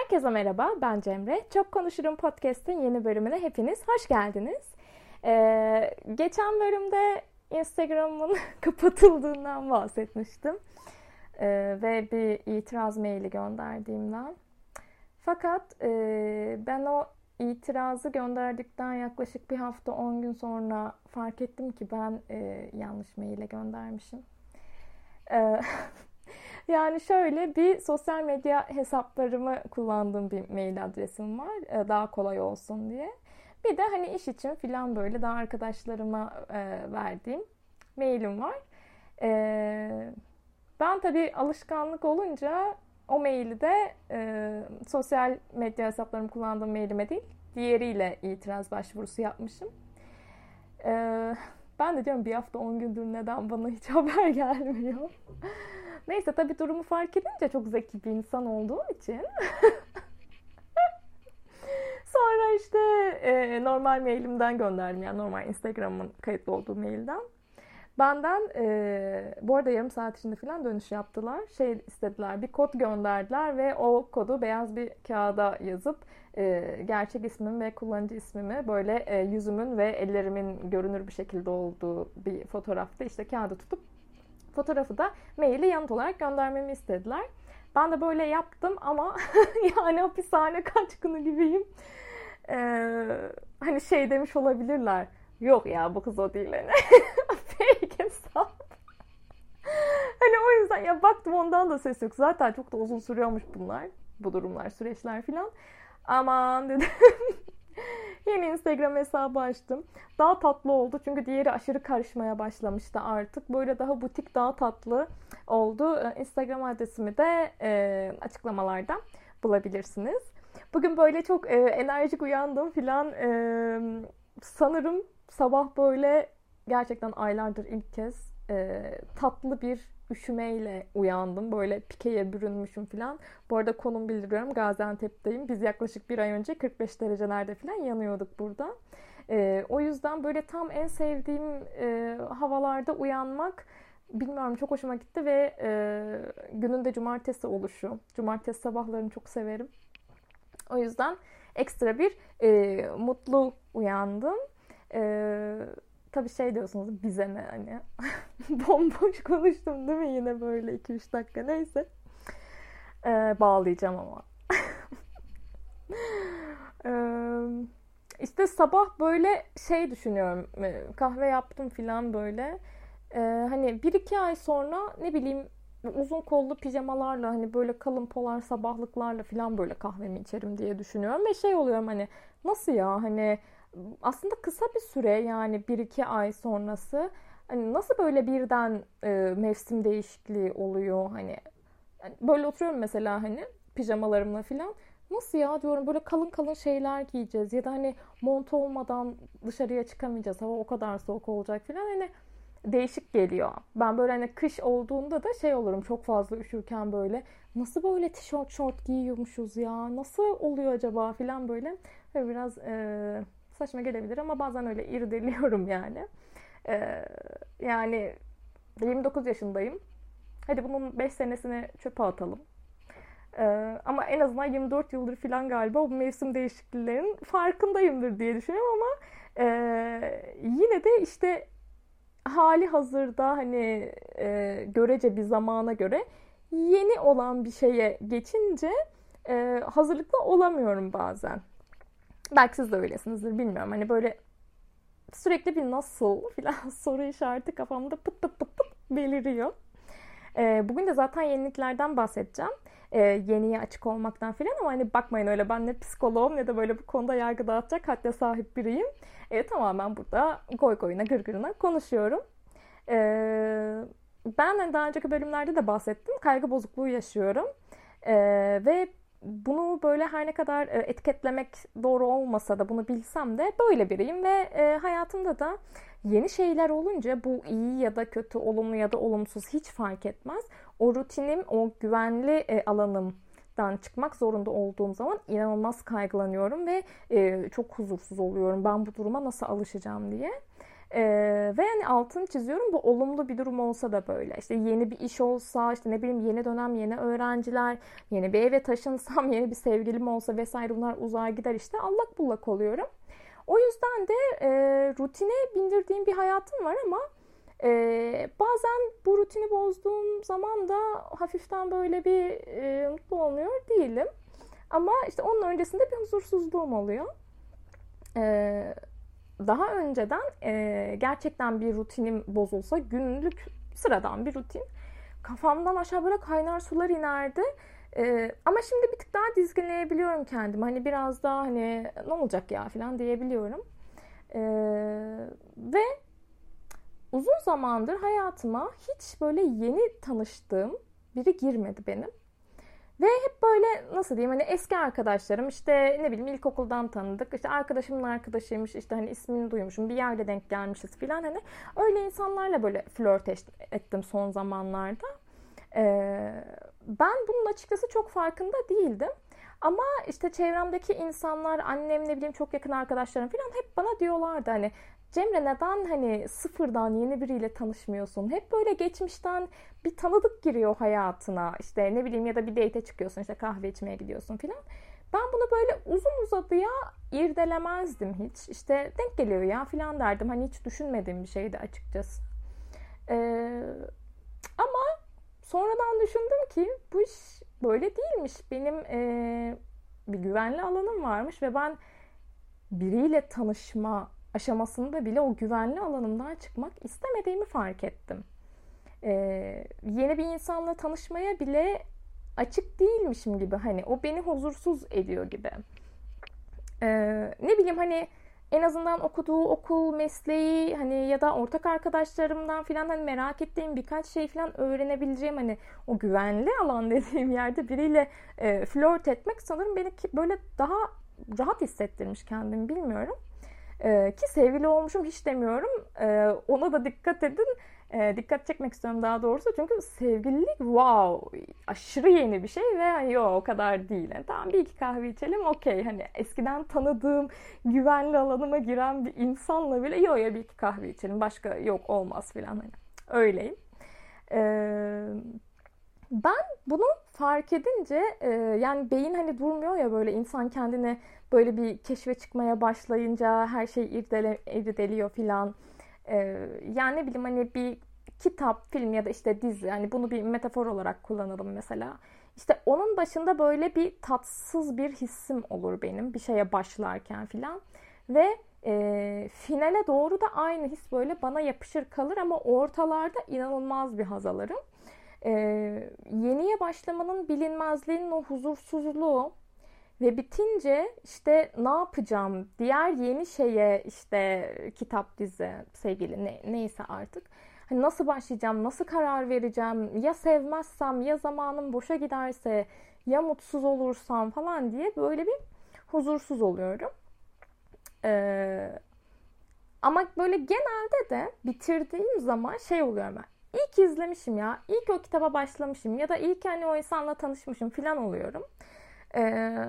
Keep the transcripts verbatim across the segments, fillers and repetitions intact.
Herkese merhaba, ben Cemre. Çok Konuşurum Podcast'ın yeni bölümüne hepiniz hoş geldiniz. Ee, geçen bölümde Instagram'ın kapatıldığından bahsetmiştim. Ee, ve bir itiraz maili gönderdiğimden. Fakat e, ben o itirazı gönderdikten yaklaşık bir hafta on gün sonra fark ettim ki ben e, yanlış maile göndermişim. Ee, Yani şöyle bir sosyal medya hesaplarımı kullandığım bir mail adresim var. Daha kolay olsun diye. Bir de hani iş için filan böyle daha arkadaşlarıma verdiğim mailim var. Ben tabii alışkanlık olunca o maili de sosyal medya hesaplarımı kullandığım mailime değil, diğeriyle itiraz başvurusu yapmışım. Ben de diyorum bir hafta on gündür neden bana hiç haber gelmiyor. Neyse tabii durumu fark edince çok zeki bir insan olduğum için sonra işte e, normal mailimden gönderdim. Yani normal Instagram'ın kayıtlı olduğu mailden. Benden e, bu arada yarım saat içinde falan dönüş yaptılar. Şey istediler, bir kod gönderdiler ve o kodu beyaz bir kağıda yazıp e, gerçek ismimi ve kullanıcı ismimi böyle e, yüzümün ve ellerimin görünür bir şekilde olduğu bir fotoğrafta işte kağıdı tutup fotoğrafı da maili yanıt olarak göndermemi istediler. Ben de böyle yaptım ama yani hapishane kaçkını gibiyim. Ee, hani şey demiş olabilirler. Yok ya bu kız o değil hani. Fake hesap. Hani o yüzden ya baktım ondan da ses yok. Zaten çok da uzun sürüyormuş bunlar. Bu durumlar, süreçler filan. Aman dedim. Yeni Instagram hesabı açtım. Daha tatlı oldu çünkü diğeri aşırı karışmaya başlamıştı artık. Böyle daha butik, daha tatlı oldu. Instagram adresimi de e, açıklamalarda bulabilirsiniz. Bugün böyle çok e, enerjik uyandım filan. E, sanırım sabah böyle gerçekten aylardır ilk kez e, tatlı bir üşümeyle uyandım. Böyle pikeye bürünmüşüm falan. Bu arada konum bildiriyorum. Gaziantep'teyim. Biz yaklaşık bir ay önce kırk beş derecelerde falan yanıyorduk burada. Ee, o yüzden böyle tam en sevdiğim e, havalarda uyanmak bilmiyorum çok hoşuma gitti ve e, günün de cumartesi oluşu. Cumartesi sabahlarını çok severim. O yüzden ekstra bir e, mutlu uyandım. E, tabii şey diyorsunuz bize ne hani bomboş konuştum değil mi yine böyle iki üç dakika neyse. Ee, bağlayacağım ama. ee, işte sabah böyle şey düşünüyorum. Kahve yaptım filan böyle. Ee, hani bir iki ay sonra ne bileyim uzun kollu pijamalarla hani böyle kalın polar sabahlıklarla filan böyle kahvemi içerim diye düşünüyorum. Ve şey oluyorum hani nasıl ya hani aslında kısa bir süre yani bir iki ay sonrası hani nasıl böyle birden e, mevsim değişikliği oluyor hani yani böyle oturuyorum mesela hani pijamalarımla filan nasıl ya diyorum böyle kalın kalın şeyler giyeceğiz ya da hani mont olmadan dışarıya çıkamayacağız hava o kadar soğuk olacak filan hani değişik geliyor. Ben böyle hani kış olduğunda da şey olurum çok fazla üşürken böyle nasıl böyle tişört şort giyiyormuşuz ya nasıl oluyor acaba filan böyle ve biraz e, saçma gelebilir ama bazen öyle irdeliyorum yani. E, yani yirmi dokuz yaşındayım. Hadi bunun beş senesini çöpe atalım. Ee, ama en azından yirmi dört yıldır falan galiba bu mevsim değişikliklerinin farkındayımdır diye düşünüyorum ama e, yine de işte hali hazırda hani e, görece bir zamana göre yeni olan bir şeye geçince e, hazırlıklı olamıyorum bazen. Belki siz de öylesinizdir bilmiyorum. Hani böyle sürekli bir nasıl falan soru işareti kafamda pıt pıt pıt pıt beliriyor. E, bugün de zaten yeniliklerden bahsedeceğim. E, yeniye açık olmaktan filan ama hani bakmayın öyle ben ne psikoloğum ne de böyle bu konuda yargı dağıtacak hadde sahip biriyim. E, tamamen burada goy goyuna gırgırına konuşuyorum. E, ben hani daha önceki bölümlerde de bahsettim. Kaygı bozukluğu yaşıyorum. E, ve bunu böyle her ne kadar etiketlemek doğru olmasa da bunu bilsem de böyle biriyim ve e, hayatımda da yeni şeyler olunca bu iyi ya da kötü, olumlu ya da olumsuz hiç fark etmez. O rutinim, o güvenli e, alanımdan çıkmak zorunda olduğum zaman inanılmaz kaygılanıyorum ve e, çok huzursuz oluyorum. Ben bu duruma nasıl alışacağım diye. Ee, ve hani altını çiziyorum, bu olumlu bir durum olsa da böyle. İşte yeni bir iş olsa, işte ne bileyim yeni dönem, yeni öğrenciler, yeni bir eve taşınsam, yeni bir sevgilim olsa vesaire, bunlar uzar gider işte, allak bullak oluyorum. O yüzden de e, rutine bindirdiğim bir hayatım var ama e, bazen bu rutini bozduğum zaman da hafiften böyle bir e, mutlu olmuyor değilim. Ama işte onun öncesinde bir huzursuzluğum oluyor. E, daha önceden e, gerçekten bir rutinim bozulsa, günlük sıradan bir rutin, kafamdan aşağı böyle kaynar sular inerdi. Ee, ama şimdi bir tık daha dizginleyebiliyorum kendimi. Hani biraz daha hani ne olacak ya falan diyebiliyorum. Ee, ve uzun zamandır hayatıma hiç böyle yeni tanıştığım biri girmedi benim. Ve hep böyle nasıl diyeyim, hani eski arkadaşlarım, işte ne bileyim ilkokuldan tanıdık, işte arkadaşımın arkadaşıymış, işte hani ismini duymuşum, bir yerde denk gelmişiz filan, hani öyle insanlarla böyle flört ettim son zamanlarda. Ee, ben bunun açıkçası çok farkında değildim. Ama işte çevremdeki insanlar, annem, ne bileyim çok yakın arkadaşlarım falan hep bana diyorlardı hani, Cemre neden hani sıfırdan yeni biriyle tanışmıyorsun? Hep böyle geçmişten bir tanıdık giriyor hayatına. İşte ne bileyim, ya da bir date'e çıkıyorsun, işte kahve içmeye gidiyorsun filan. Ben bunu böyle uzun uzadıya irdelemezdim hiç. İşte denk geliyor ya filan derdim. Hani hiç düşünmediğim bir şeydi açıkçası. Ee, ama sonradan düşündüm ki bu iş böyle değilmiş. Benim ee, bir güvenli alanım varmış ve ben biriyle tanışma aşamasında bile o güvenli alanımdan çıkmak istemediğimi fark ettim. Ee, yeni bir insanla tanışmaya bile açık değilmişim gibi, hani o beni huzursuz ediyor gibi. Ee, ne bileyim hani en azından okuduğu okul, mesleği, hani ya da ortak arkadaşlarımdan filan hani merak ettiğim birkaç şey filan öğrenebileceğim, hani o güvenli alan dediğim yerde biriyle e, flört etmek sanırım beni böyle daha rahat hissettirmiş kendimi, bilmiyorum. Ee, ki sevgili olmuşum hiç demiyorum. Ee, ona da dikkat edin. Ee, dikkat çekmek istiyorum daha doğrusu. Çünkü sevgililik wow, aşırı yeni bir şey ve hani yok o kadar değil. Yani tamam, bir iki kahve içelim okey. Hani eskiden tanıdığım, güvenli alanıma giren bir insanla bile yok ya bir iki kahve içelim, başka yok olmaz filan, hani öyleyim. Ee, ben bunu fark edince e, yani beyin hani durmuyor ya, böyle insan kendini böyle bir keşfe çıkmaya başlayınca her şey irdele, irdeliyor filan. E, yani ne bileyim hani bir kitap, film ya da işte dizi, hani bunu bir metafor olarak kullanalım mesela. İşte onun başında böyle bir tatsız bir hissim olur benim bir şeye başlarken filan ve e, finale doğru da aynı his böyle bana yapışır kalır ama ortalarda inanılmaz bir haz alırım. Ee, yeniye başlamanın bilinmezliğinin o huzursuzluğu ve bitince işte ne yapacağım, diğer yeni şeye, işte kitap, dizi, sevgili ne, neyse artık, hani nasıl başlayacağım, nasıl karar vereceğim, ya sevmezsem, ya zamanım boşa giderse, ya mutsuz olursam falan diye böyle bir huzursuz oluyorum. Ee, ama böyle genelde de bitirdiğim zaman şey oluyorum ben. İyi ki izlemişim ya. İyi ki o kitaba başlamışım. Ya da iyi ki hani o insanla tanışmışım falan oluyorum. Ee,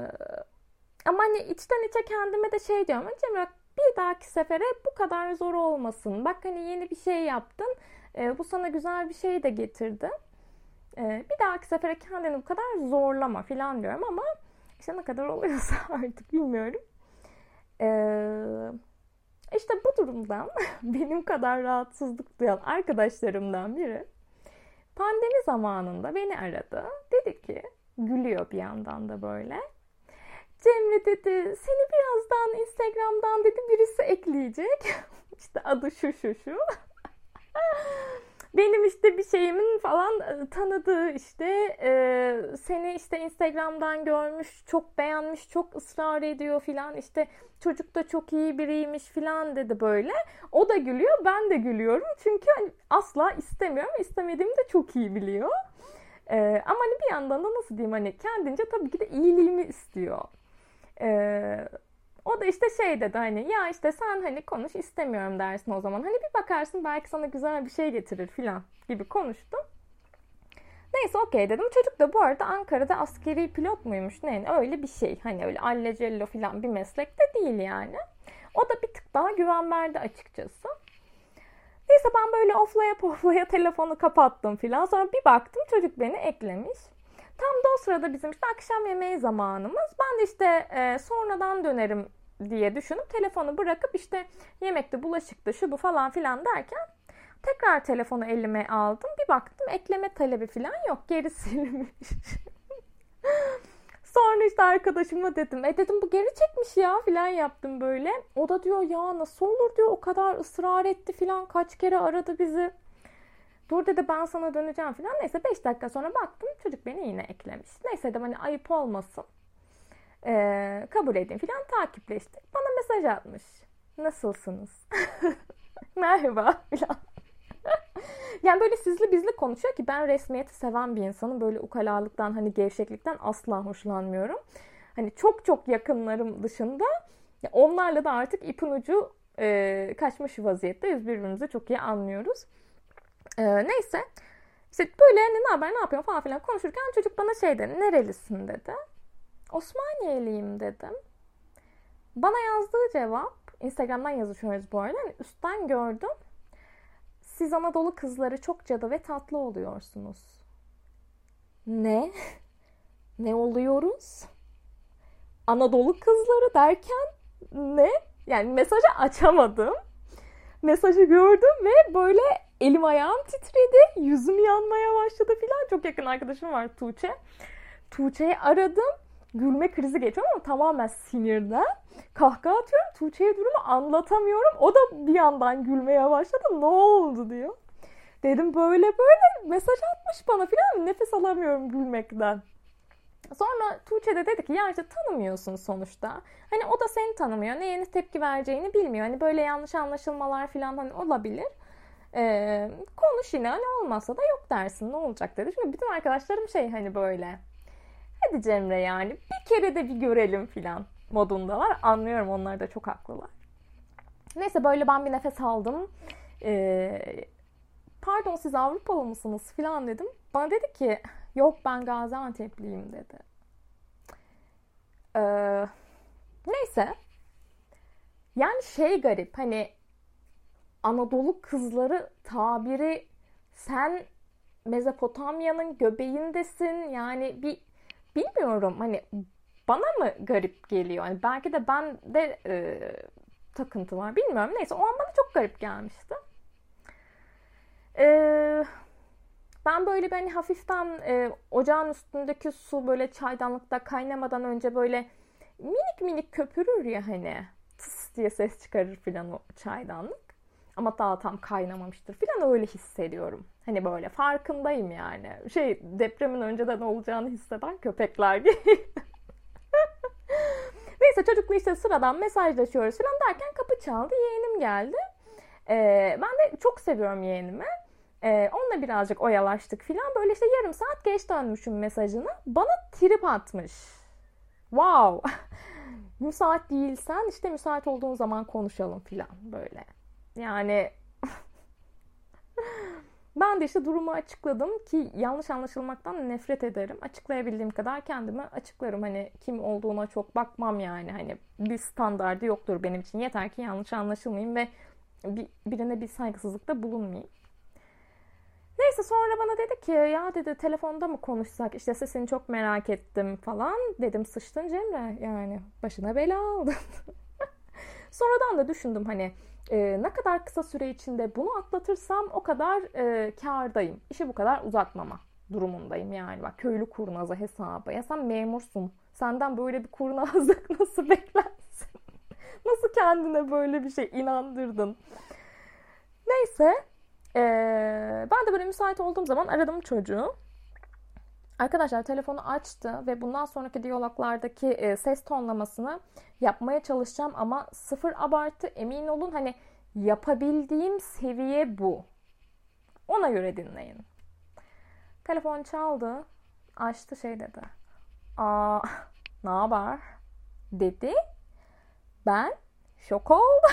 ama hani içten içe kendime de şey diyorum. Cemre, bir dahaki sefere bu kadar zor olmasın. Bak hani yeni bir şey yaptın. Ee, bu sana güzel bir şey de getirdi. Ee, bir dahaki sefere kendini bu kadar zorlama falan diyorum ama işte ne kadar oluyorsa artık bilmiyorum. Eee... İşte bu durumdan benim kadar rahatsızlık duyan arkadaşlarımdan biri pandemi zamanında beni aradı. Dedi ki, gülüyor bir yandan da böyle. Cemre dedi, seni birazdan Instagram'dan dedi birisi ekleyecek. İşte adı şu şu şu. Benim işte bir şeyimin falan tanıdığı, işte e, seni işte Instagram'dan görmüş, çok beğenmiş, çok ısrar ediyor filan, işte çocuk da çok iyi biriymiş filan dedi böyle. O da gülüyor, ben de gülüyorum çünkü hani asla istemiyorum, istemediğimi de çok iyi biliyor. E, ama hani bir yandan da nasıl diyeyim, hani kendince tabii ki de iyiliğimi istiyor. Eee O da işte şey dedi, hani ya işte sen hani konuş, istemiyorum dersin o zaman. Hani bir bakarsın belki sana güzel bir şey getirir filan gibi konuştum. Neyse okey dedim. Çocuk da bu arada Ankara'da askeri pilot muymuş ne? Öyle bir şey. Hani öyle allecello filan bir meslek de değil yani. O da bir tık daha güven verdi açıkçası. Neyse ben böyle oflaya poflaya telefonu kapattım filan. Sonra bir baktım çocuk beni eklemiş. Tam da o sırada bizim işte akşam yemeği zamanımız. Ben de işte e, sonradan dönerim diye düşünüp telefonu bırakıp işte yemekte, bulaşıkta, şu bu falan filan derken tekrar telefonu elime aldım. Bir baktım ekleme talebi filan yok. Geri silmiş. Sonra işte arkadaşıma dedim. E dedim bu geri çekmiş ya filan yaptım böyle. O da diyor ya nasıl olur diyor. O kadar ısrar etti filan. Kaç kere aradı bizi. Dur dedi ben sana döneceğim filan. Neyse beş dakika sonra baktım çocuk beni yine eklemiş. Neyse dedim hani ayıp olmasın. Ee, kabul edin filan, takipleştik. Bana mesaj atmış. Nasılsınız? Merhaba filan. Yani böyle sizli bizli konuşuyor ki ben resmiyeti seven bir insanım. Böyle ukalalıktan, hani gevşeklikten asla hoşlanmıyorum. Hani çok çok yakınlarım dışında onlarla da artık ipin ucu e, kaçmış vaziyette. Biz birbirimizi çok iyi anlıyoruz. E, neyse. İşte böyle hani ne haber, ne yapıyorsun falan filan konuşurken çocuk bana şey dedi. Nerelisin dedi. Osmaniyeliyim dedim. Bana yazdığı cevap, Instagram'dan yazışıyoruz bu arada. Hani üstten gördüm. Siz Anadolu kızları çok cadı ve tatlı oluyorsunuz. Ne? Ne oluyoruz? Anadolu kızları derken ne? Yani mesajı açamadım. Mesajı gördüm ve böyle elim ayağım titredi. Yüzüm yanmaya başladı filan. Çok yakın arkadaşım var, Tuğçe. Tuğçe'yi aradım. Gülme krizi geçiyor ama tamamen sinirden. Kahkaha atıyorum. Tuğçe'ye durumu anlatamıyorum. O da bir yandan gülmeye başladı. Ne oldu diyor. Dedim böyle böyle mesaj atmış bana filan. Nefes alamıyorum gülmekten. Sonra Tuğçe de dedi ki ya işte tanımıyorsun sonuçta. Hani o da seni tanımıyor. Ne yeni tepki vereceğini bilmiyor. Hani böyle yanlış anlaşılmalar filan hani olabilir. Ee, konuş yine, hani olmazsa da yok dersin, ne olacak dedi. Çünkü bütün arkadaşlarım şey hani böyle hadi Cemre yani bir kere de bir görelim filan modundalar. Anlıyorum, onlar da çok haklılar. Neyse böyle ben bir nefes aldım. Ee, pardon siz Avrupalı mısınız filan dedim. Bana dedi ki yok ben Gaziantep'liyim dedi. Ee, neyse. Yani şey garip hani Anadolu kızları tabiri, sen Mezopotamya'nın göbeğindesin. Yani bir bilmiyorum hani bana mı garip geliyor? Hani belki de ben de e, takıntı var. Bilmiyorum. Neyse o an bana çok garip gelmişti. Eee Ben böyle bir hani hafiften e, ocağın üstündeki su böyle çaydanlıkta kaynamadan önce böyle minik minik köpürür ya hani tıs diye ses çıkarır filan o çaydanlık. Ama daha tam kaynamamıştır filan, öyle hissediyorum. Hani böyle farkındayım yani. Şey, depremin önceden olacağını hisseden köpekler gibi. Neyse çocukla işte sıradan mesajlaşıyoruz filan derken kapı çaldı. Yeğenim geldi. Ee, ben de çok seviyorum yeğenimi. Ee, onunla birazcık oyalaştık filan. Böyle işte yarım saat geç dönmüşüm mesajını. Bana trip atmış. Wow. Müsait değilsen işte müsait olduğun zaman konuşalım filan böyle. Yani ben de işte durumu açıkladım ki yanlış anlaşılmaktan nefret ederim. Açıklayabildiğim kadar kendimi açıklarım. Hani kim olduğuna çok bakmam yani. Hani bir standardı yoktur benim için. Yeter ki yanlış anlaşılmayayım ve birine bir saygısızlıkta bulunmayayım. Neyse sonra bana dedi ki ya dedi telefonda mı konuşsak, işte sesini çok merak ettim falan. Dedim sıçtın Cemre yani başına bela aldın. Sonradan da düşündüm hani e, ne kadar kısa süre içinde bunu atlatırsam o kadar e, kârdayım. İşi bu kadar uzatmama durumundayım yani. Bak köylü kurnazı hesabı. Ya sen memursun. Senden böyle bir kurnazlık nasıl beklersin? Nasıl kendine böyle bir şey inandırdın? Neyse. Ee, ben de böyle müsait olduğum zaman aradım çocuğu. Arkadaşlar telefonu açtı ve bundan sonraki diyaloglardaki e, ses tonlamasını yapmaya çalışacağım ama sıfır abartı, emin olun hani yapabildiğim seviye bu. Ona göre dinleyin. Telefon çaldı. Açtı, şey dedi. Aa, ne haber? Dedi. Ben şok oldum.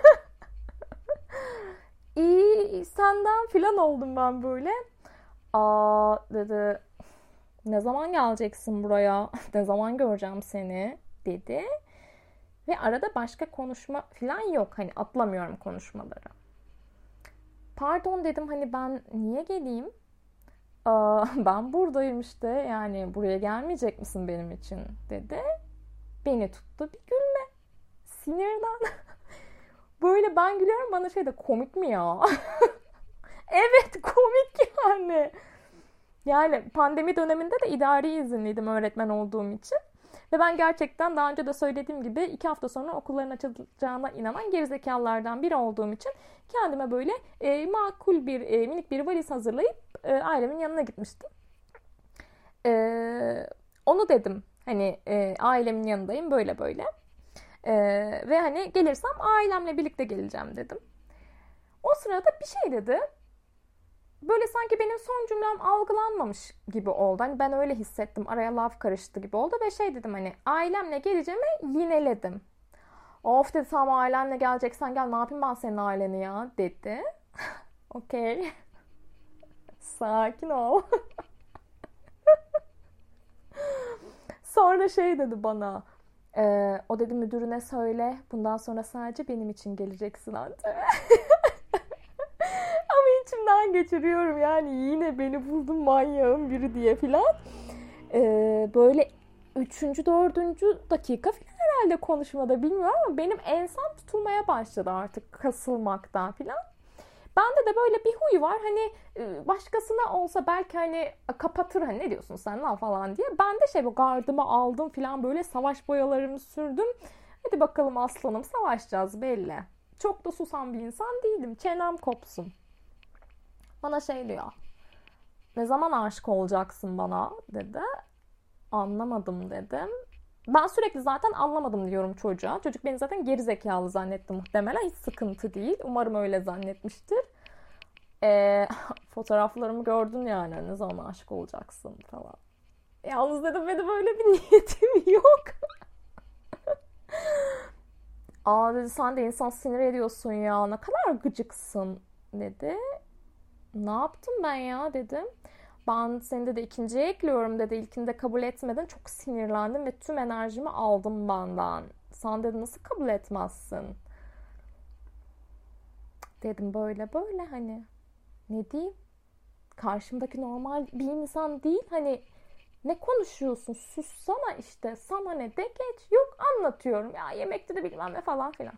İyi senden filan oldum ben böyle. Aa dedi. Ne zaman geleceksin buraya? Ne zaman göreceğim seni? Dedi. Ve arada başka konuşma filan yok. Hani atlamıyorum konuşmaları. Pardon dedim, hani ben niye geleyim? Aa, ben buradayım işte, yani buraya gelmeyecek misin benim için dedi. Beni tuttu bir gülme sinirden. Böyle ben gülüyorum, bana şey de komik mi ya? Evet, komik yani. Yani pandemi döneminde de idari izinliydim öğretmen olduğum için. Ve ben gerçekten daha önce de söylediğim gibi iki hafta sonra okulların açılacağına inanan gerizekalılardan biri olduğum için kendime böyle e, makul bir e, minik bir valiz hazırlayıp e, ailemin yanına gitmiştim. E, Onu dedim, hani e, ailemin yanındayım böyle böyle. E, Ve hani gelirsem ailemle birlikte geleceğim dedim. O sırada bir şey dedi. Böyle sanki benim son cümlem algılanmamış gibi oldu. Hani ben öyle hissettim. Araya laf karıştı gibi oldu ve şey dedim, hani ailemle geleceğimi yineledim. Of dedi, tamam ailenle geleceksen gel, ne yapayım ben senin aileni ya dedi. Okey. Sakin ol. Sonra şey dedi bana. E, o dedi müdürüne söyle, bundan sonra sadece benim için geleceksin Antep'e. Ama içimden geçiriyorum yani, yine beni buldum manyağın biri diye filan. Ee, böyle üçüncü, dördüncü dakika filan herhalde konuşmada, bilmiyorum ama benim ensem tutulmaya başladı artık kasılmaktan filan. Bende de böyle bir huy var, hani başkasına olsa belki hani kapatır, hani ne diyorsun sen lan falan diye. Ben de şey, bu gardımı aldım filan, böyle savaş boyalarımı sürdüm. Hadi bakalım aslanım, savaşacağız belli. Çok da susan bir insan değilim, çenem kopsun. Bana şey diyor, ne zaman aşık olacaksın bana dedi. Anlamadım dedim. Ben sürekli zaten anlamadım diyorum çocuğa. Çocuk beni zaten geri zekalı zannetti muhtemelen. Hiç sıkıntı değil. Umarım öyle zannetmiştir. Ee, fotoğraflarımı gördün yani, ne zaman aşık olacaksın falan. Yalnız dedim, benim böyle bir niyetim yok. Aa dedi, sen de insan sinir ediyorsun ya, ne kadar gıcıksın dedi. Ne yaptım ben ya dedim. Ben seni de ikinciye ekliyorum dedi. İlkini de kabul etmedin. Çok sinirlendim ve tüm enerjimi aldım benden. Sen dedi nasıl kabul etmezsin? Dedim böyle böyle, hani ne diyeyim? Karşımdaki normal bir insan değil. Hani ne konuşuyorsun? Sussana işte. Sana ne de geç. Yok anlatıyorum. Ya yemekte de bilmem ne falan filan.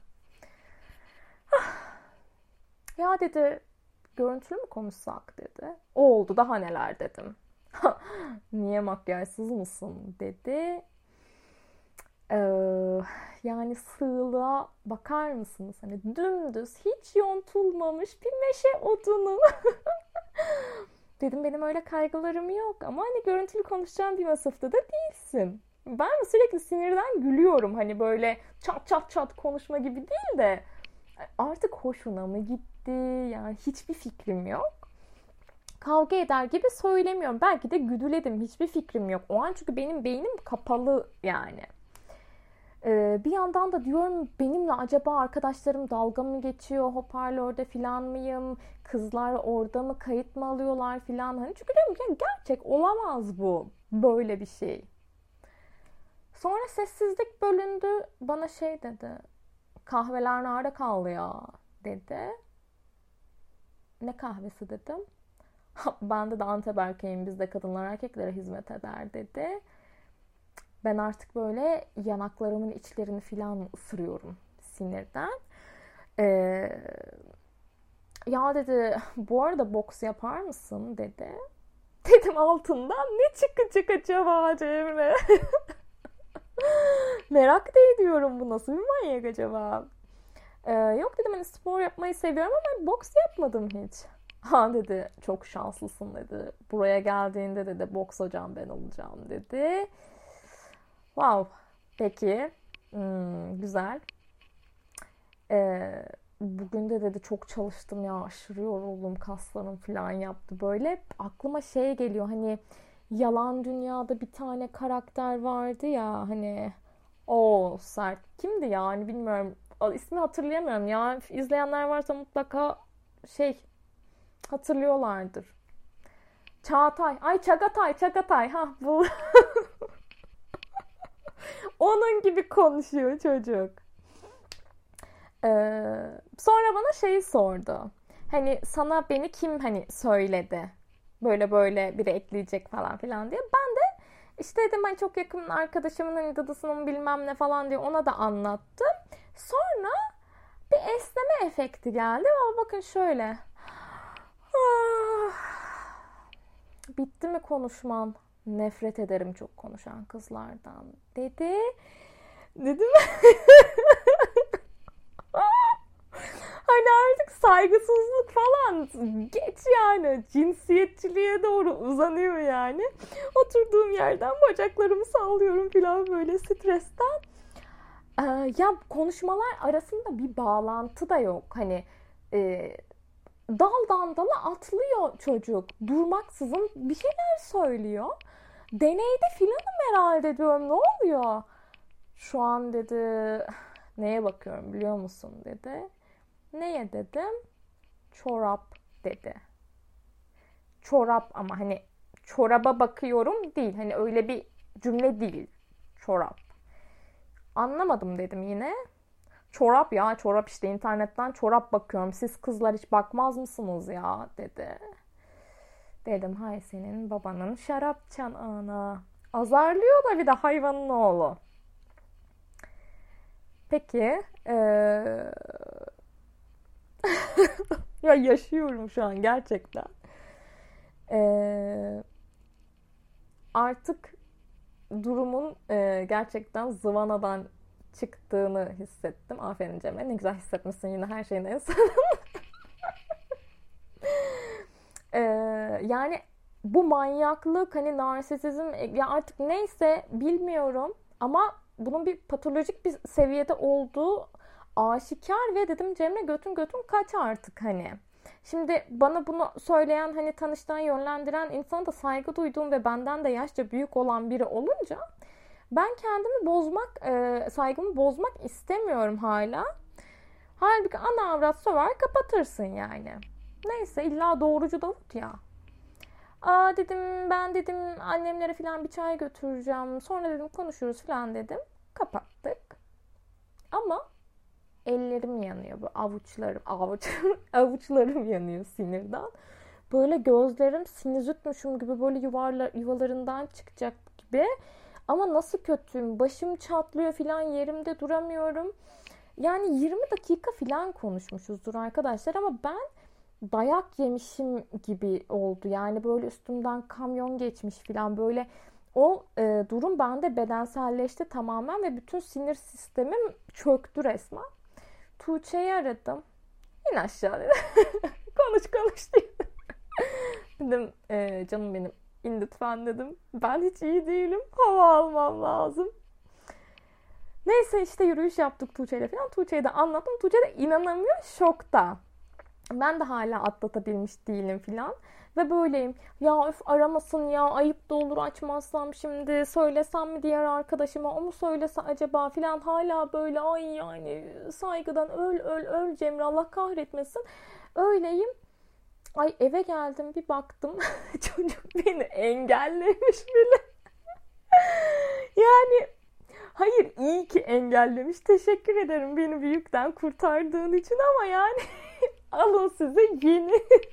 Ya dedi, görüntülü mü konuşsak dedi. Oldu, daha neler dedim. Niye, makyajsız mısın dedi. Ee, Yani sığlığa bakar mısınız? Hani dümdüz, hiç yontulmamış bir meşe odunu. Dedim benim öyle kaygılarım yok ama hani görüntülü konuşacağım bir vasıfta da değilsin. Ben sürekli sinirden gülüyorum, hani böyle çat çat çat konuşma gibi değil de artık hoşuna mı gitti, yani hiçbir fikrim yok. Kavga eder gibi söylemiyorum. Belki de güdüledim. Hiçbir fikrim yok. O an çünkü benim beynim kapalı yani. Ee, bir yandan da diyorum, benimle acaba arkadaşlarım dalga mı geçiyor? Hoparlörde filan mıyım? Kızlar orada mı? Kayıt mı alıyorlar filan? Hani çünkü diyorum ki gerçek olamaz bu. Böyle bir şey. Sonra sessizlik bölündü. Bana şey dedi. Kahveler nerede kaldı ya dedi. Ne kahvesi dedim. Bende de Antep erkeğim, bizde kadınlar erkeklere hizmet eder dedi. Ben artık böyle yanaklarımın içlerini filan ısırıyorum sinirden. Ee, ya dedi, bu arada boks yapar mısın dedi. Dedim altından ne çıkacak acaba Cemre? Merak da ediyorum, bu nasıl bir manyak acaba? Ee, yok dedim, hani spor yapmayı seviyorum ama boks yapmadım hiç. Ha dedi, çok şanslısın dedi. Buraya geldiğinde dedi boks hocam ben olacağım dedi. Wow. Peki. Hmm, güzel. Ee, bugün de dedi çok çalıştım ya, aşırı yoruldum, kaslarım falan yaptı. Böyle aklıma şey geliyor, hani Yalan Dünya'da bir tane karakter vardı ya, hani o sert kimdi yani, bilmiyorum. İsmi hatırlayamıyorum ya. İzleyenler varsa mutlaka şey hatırlıyorlardır. Çağatay. Ay Çagatay, Çagatay. Ha bu. Onun gibi konuşuyor çocuk. Ee, sonra bana şeyi sordu. Hani sana beni kim hani söyledi? Böyle böyle biri ekleyecek falan filan diye. Ben de işte dedim hani çok yakın arkadaşımın hani dadısının bilmem ne falan diye ona da anlattım. Sonra bir esneme efekti geldi ama bakın şöyle. Bitti mi konuşman? Nefret ederim çok konuşan kızlardan dedi. Dedim hani artık saygısızlık falan geç yani. Cinsiyetçiliğe doğru uzanıyor yani. Oturduğum yerden bacaklarımı sallıyorum falan böyle stresten. Ee, ya konuşmalar arasında bir bağlantı da yok. Hani e, daldan dala atlıyor çocuk. Durmaksızın bir şeyler söylüyor. Deneyde filanım herhalde diyorum. Ne oluyor? Şu an dedi neye bakıyorum biliyor musun dedi. Neye dedim? Çorap dedi. Çorap ama hani çoraba bakıyorum değil. Hani öyle bir cümle değil. Çorap. Anlamadım dedim yine. Çorap ya çorap işte internetten çorap bakıyorum. Siz kızlar hiç bakmaz mısınız ya dedi. Dedim hay senin babanın şarap çanağına. Azarlıyor da bir de hayvanın oğlu. Peki. Ee... ya yaşıyorum şu an gerçekten. Ee... Artık durumun e, gerçekten zıvanadan çıktığını hissettim. Aferin Cemre. Ne güzel hissetmişsin yine her şeyin en son. ee, yani bu manyaklık hani narsisizm ya artık neyse bilmiyorum ama bunun bir patolojik bir seviyede olduğu aşikar ve dedim Cemre götün götün kaç artık hani. Şimdi bana bunu söyleyen hani tanıştan yönlendiren insana da saygı duyduğum ve benden de yaşça büyük olan biri olunca ben kendimi bozmak, e, saygımı bozmak istemiyorum hala. Halbuki ana avrat söver kapatırsın yani. Neyse illa doğrucu Davut ya. Aa dedim ben dedim annemlere falan bir çay götüreceğim. Sonra dedim konuşuruz falan dedim. Kapattık. Ama ellerim yanıyor. Böyle avuçlarım, avuç, avuçlarım yanıyor sinirden. Böyle gözlerim sinüzitmüşüm gibi böyle yuvarlar, yuvalarından çıkacak gibi. Ama nasıl kötüyüm. Başım çatlıyor filan yerimde duramıyorum. Yani yirmi dakika filan konuşmuşuzdur arkadaşlar ama ben dayak yemişim gibi oldu. Yani böyle üstümden kamyon geçmiş filan böyle o e, durum bende bedenselleşti tamamen ve bütün sinir sistemim çöktü resmen. Tuğçe'yi aradım. İn aşağı dedim. konuş konuş diye. Dedim e, canım benim in lütfen dedim. Ben hiç iyi değilim. Hava almam lazım. Neyse işte yürüyüş yaptık Tuğçe'yle falan. Tuğçe'ye de anlattım. Tuğçe de inanamıyor. Şokta. Ben de hala atlatabilmiş değilim filan. Ve böyleyim. Ya öf aramasın ya ayıp da olur açmazsam şimdi. Söylesem mi diğer arkadaşıma o mu söylese acaba filan. Hala böyle ay yani saygıdan öl öl öl Cemre Allah kahretmesin. Öyleyim. Ay eve geldim bir baktım. Çocuk beni engellemiş bile. yani hayır iyi ki engellemiş. Teşekkür ederim beni bir yükten kurtardığın için ama yani alın size yeni.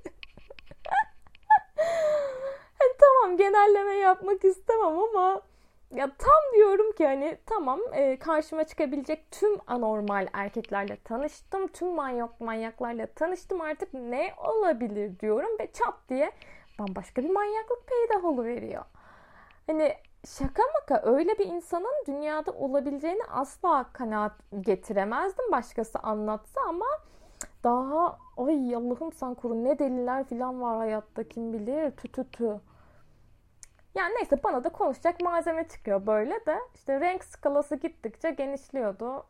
hani tamam genelleme yapmak istemem ama ya tam diyorum ki hani tamam e, karşıma çıkabilecek tüm anormal erkeklerle tanıştım. Tüm manyak manyaklarla tanıştım artık ne olabilir diyorum ve çat diye bambaşka bir manyaklık peydah oluveriyor. Hani şaka maka öyle bir insanın dünyada olabileceğini asla kanaat getiremezdim başkası anlatsa ama daha ay Allah'ım sen koru ne deliler falan var hayatta kim bilir tü tü tü. Yani neyse bana da konuşacak malzeme çıkıyor böyle de. İşte renk skalası gittikçe genişliyordu.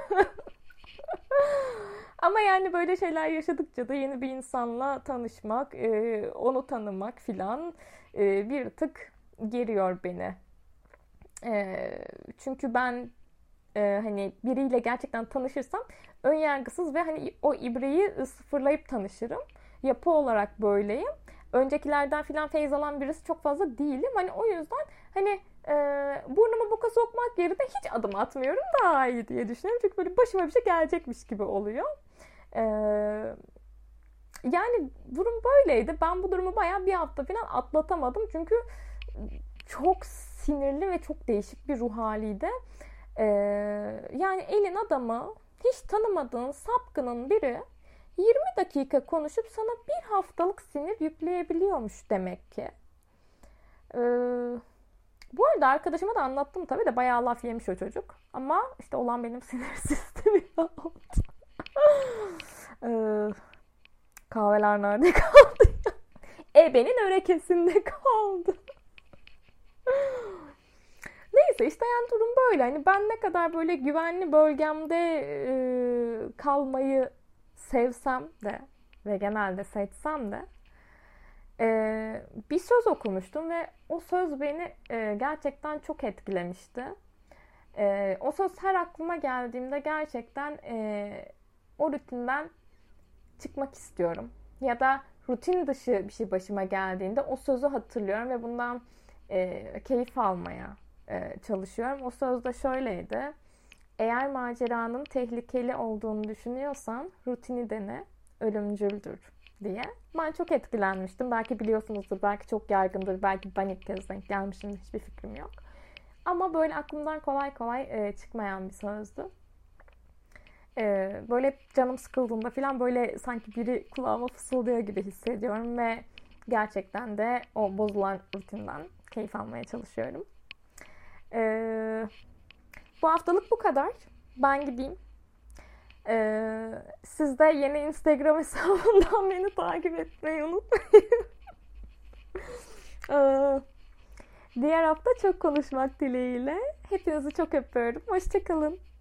Ama yani böyle şeyler yaşadıkça da yeni bir insanla tanışmak, onu tanımak filan bir tık geriyor beni. Çünkü ben hani biriyle gerçekten tanışırsam önyargısız ve hani o ibreyi sıfırlayıp tanışırım. Yapı olarak böyleyim. Öncekilerden filan feyz alan birisi çok fazla değilim. Hani o yüzden hani e, burnumu boka sokmak yerine hiç adım atmıyorum daha iyi diye düşünüyorum. Çünkü böyle başıma bir şey gelecekmiş gibi oluyor. E, Yani durum böyleydi. Ben bu durumu bayağı bir hafta falan atlatamadım. Çünkü çok sinirli ve çok değişik bir ruh haliydi. Ee, yani elin adamı, hiç tanımadığın sapkının biri yirmi dakika konuşup sana bir haftalık sinir yükleyebiliyormuş demek ki. Ee, bu arada arkadaşıma da anlattım tabii de bayağı laf yemiş o çocuk. Ama işte olan benim sinir sistemim oldu. ee, kahveler nerede kaldı? Ebenin örekesinde kaldı. Neyse işte yani durum böyle. Hani ben ne kadar böyle güvenli bölgemde e, kalmayı sevsem de ve genelde seçsem de e, bir söz okumuştum ve o söz beni e, gerçekten çok etkilemişti. E, o söz her aklıma geldiğimde gerçekten e, o rutinden çıkmak istiyorum. Ya da rutin dışı bir şey başıma geldiğinde o sözü hatırlıyorum ve bundan e, keyif almaya e, çalışıyorum. O söz de şöyleydi. Eğer maceranın tehlikeli olduğunu düşünüyorsan rutini dene, ölümcüldür diye. Ben çok etkilenmiştim. Belki biliyorsunuzdur, belki çok yaygındır, belki ben ilk kez denk gelmişimdir, hiçbir fikrim yok. Ama böyle aklımdan kolay kolay e, çıkmayan bir sözdü. E, böyle canım sıkıldığında falan böyle sanki biri kulağıma fısıldıyor gibi hissediyorum ve gerçekten de o bozulan rutinden keyif almaya çalışıyorum. E, bu haftalık bu kadar. Ben gideyim. Ee, siz de yeni Instagram hesabından beni takip etmeyi unutmayın. ee, diğer hafta çok konuşmak dileğiyle. Hepinizi çok öpüyorum. Hoşça kalın.